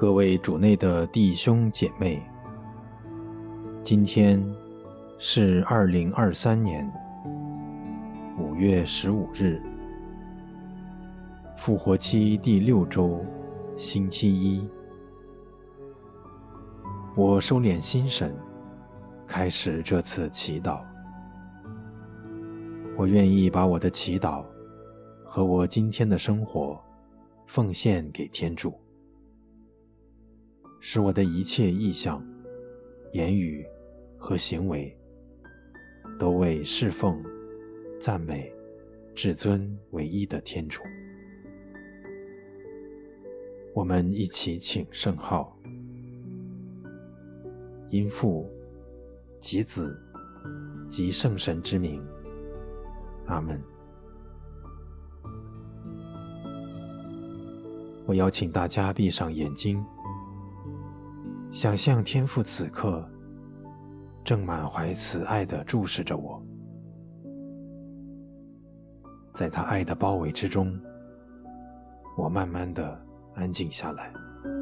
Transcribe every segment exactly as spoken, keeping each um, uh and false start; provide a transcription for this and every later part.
各位主内的弟兄姐妹，今天是二零二三年五月十五日，复活期第六周，星期一。我收敛心神，开始这次祈祷。我愿意把我的祈祷和我今天的生活奉献给天主，使我的一切意向、言语和行为都为侍奉、赞美至尊唯一的天主。我们一起请圣号，因父及子及圣神之名，阿们。我邀请大家闭上眼睛，想象天父此刻正满怀慈爱地注视着我，在他爱的包围之中，我慢慢地安静下来。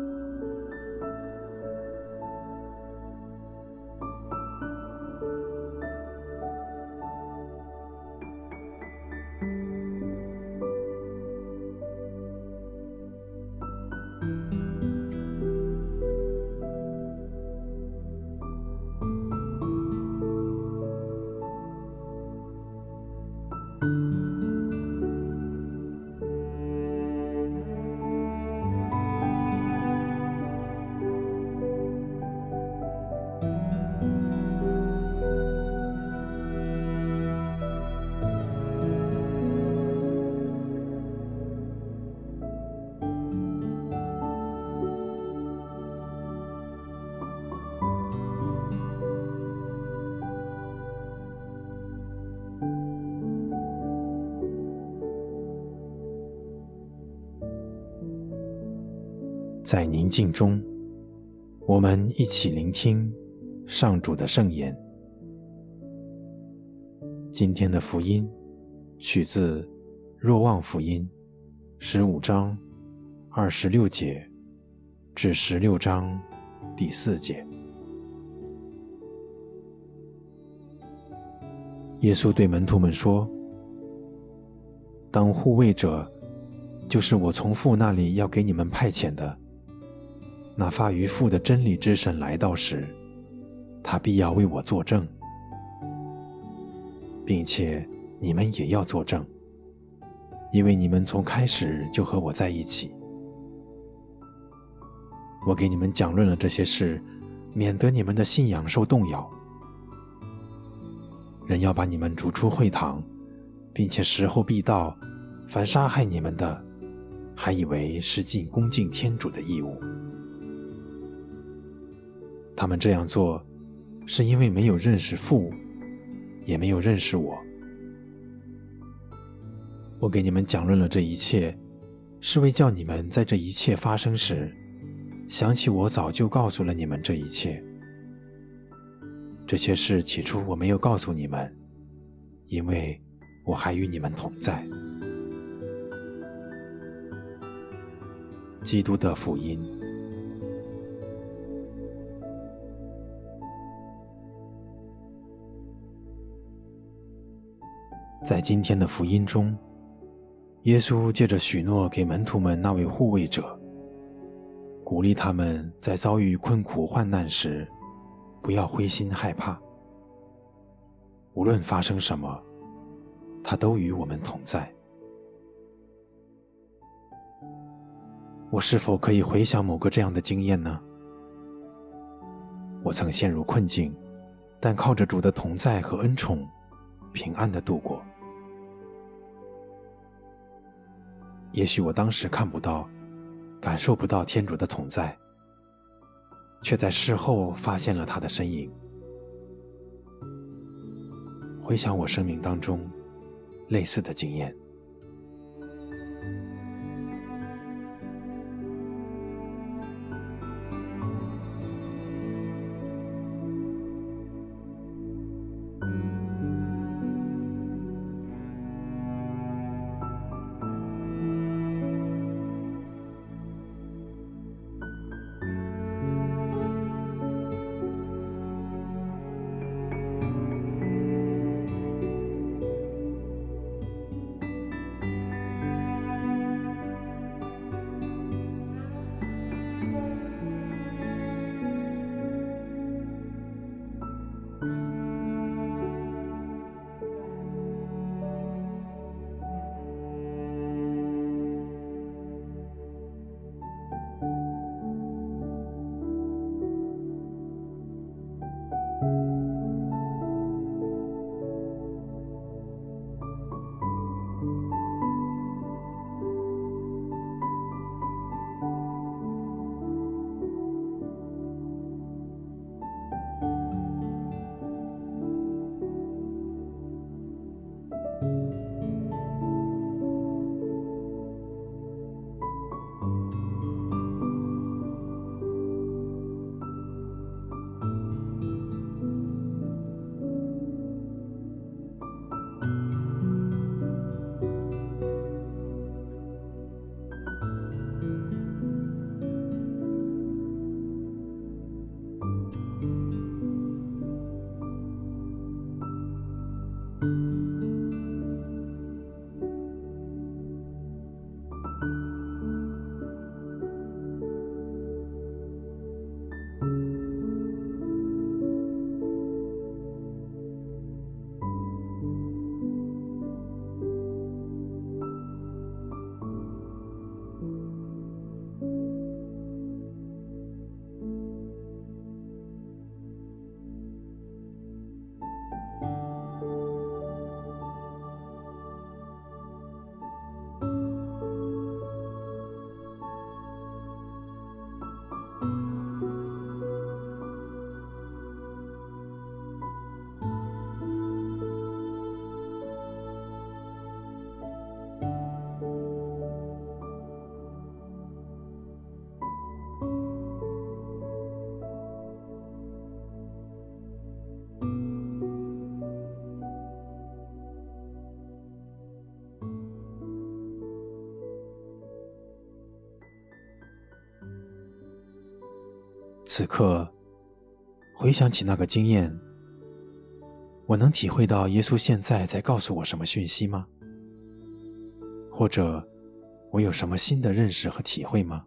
在宁静中，我们一起聆听上主的圣言。今天的福音取自若望福音十五章二十六节至十六章第四节。耶稣对门徒们说，当护卫者，就是我从父那里要给你们派遣的，那发于父的真理之神来到时，他必要为我作证，并且你们也要作证，因为你们从开始就和我在一起。我给你们讲论了这些事，免得你们的信仰受动摇。人要把你们逐出会堂，并且时候必到，凡杀害你们的，还以为是尽恭敬天主的义务。他们这样做，是因为没有认识父，也没有认识我。我给你们讲论了这一切，是为叫你们在这一切发生时，想起我早就告诉了你们这一切。这些事起初我没有告诉你们，因为我还与你们同在。基督的福音。在今天的福音中，耶稣借着许诺给门徒们那位护卫者，鼓励他们在遭遇困苦患难时，不要灰心害怕。无论发生什么，他都与我们同在。我是否可以回想某个这样的经验呢？我曾陷入困境，但靠着主的同在和恩宠，平安地度过。也许我当时看不到、感受不到天主的同在，却在事后发现了他的身影。回想我生命当中类似的经验。 此刻回想起那个经验，我能体会到耶稣现在在告诉我什么讯息吗？或者我有什么新的认识和体会吗？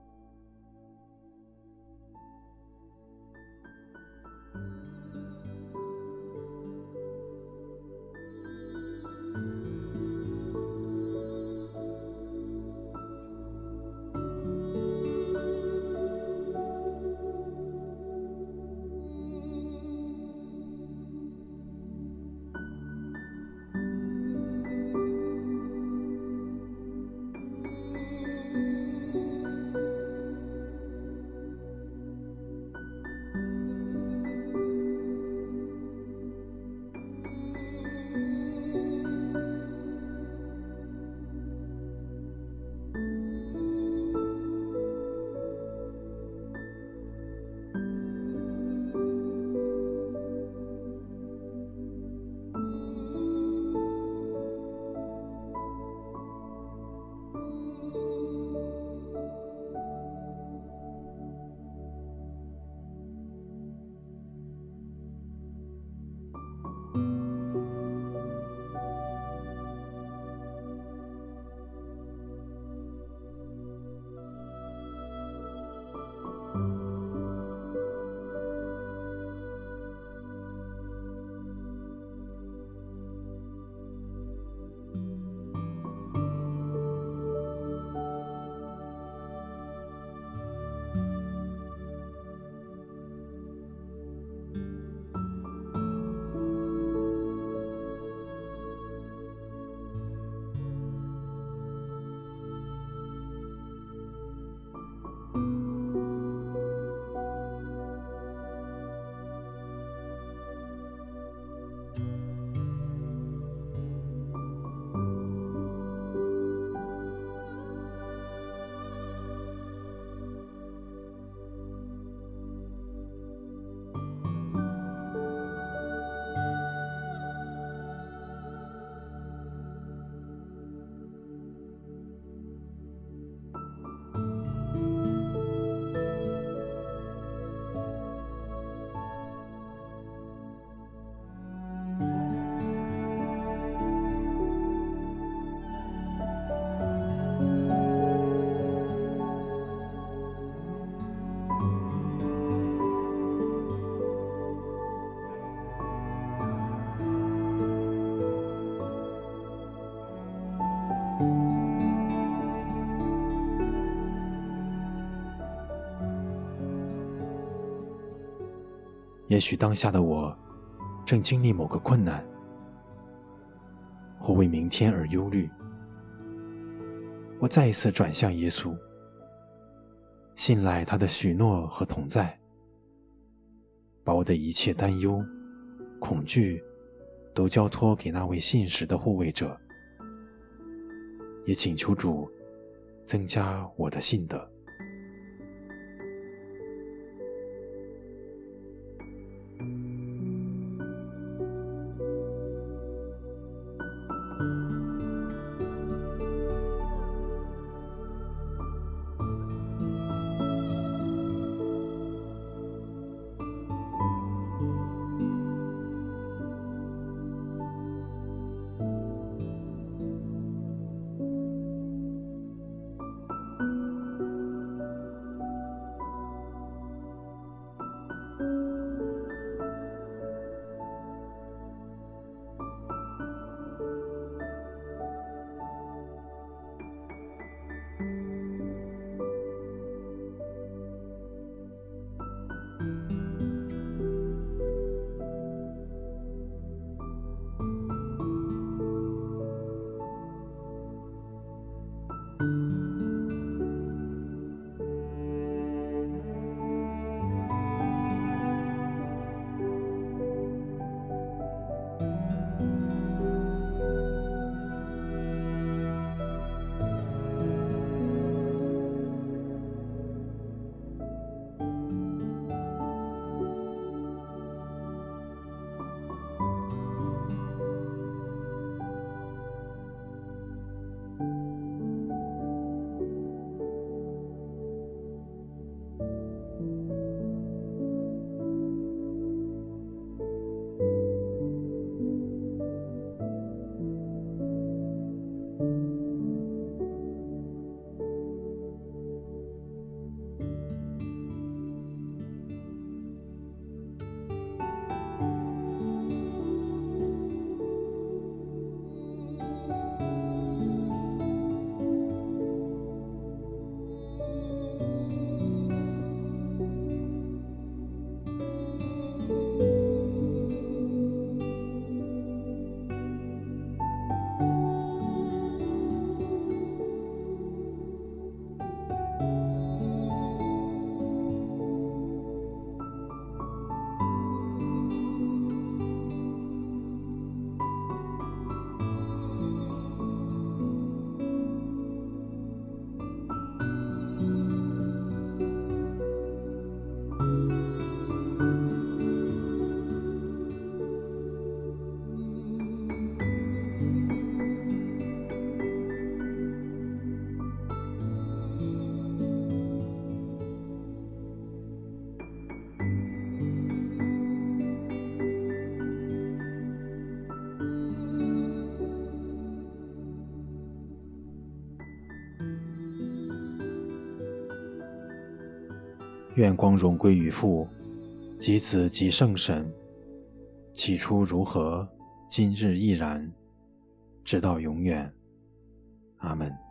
也许当下的我正经历某个困难，或为明天而忧虑。我再一次转向耶稣，信赖他的许诺和同在，把我的一切担忧、恐惧都交托给那位信实的护卫者，也请求主增加我的信德。 愿光荣归于父，及子及圣神，起初如何，今日亦然，直到永远。阿们。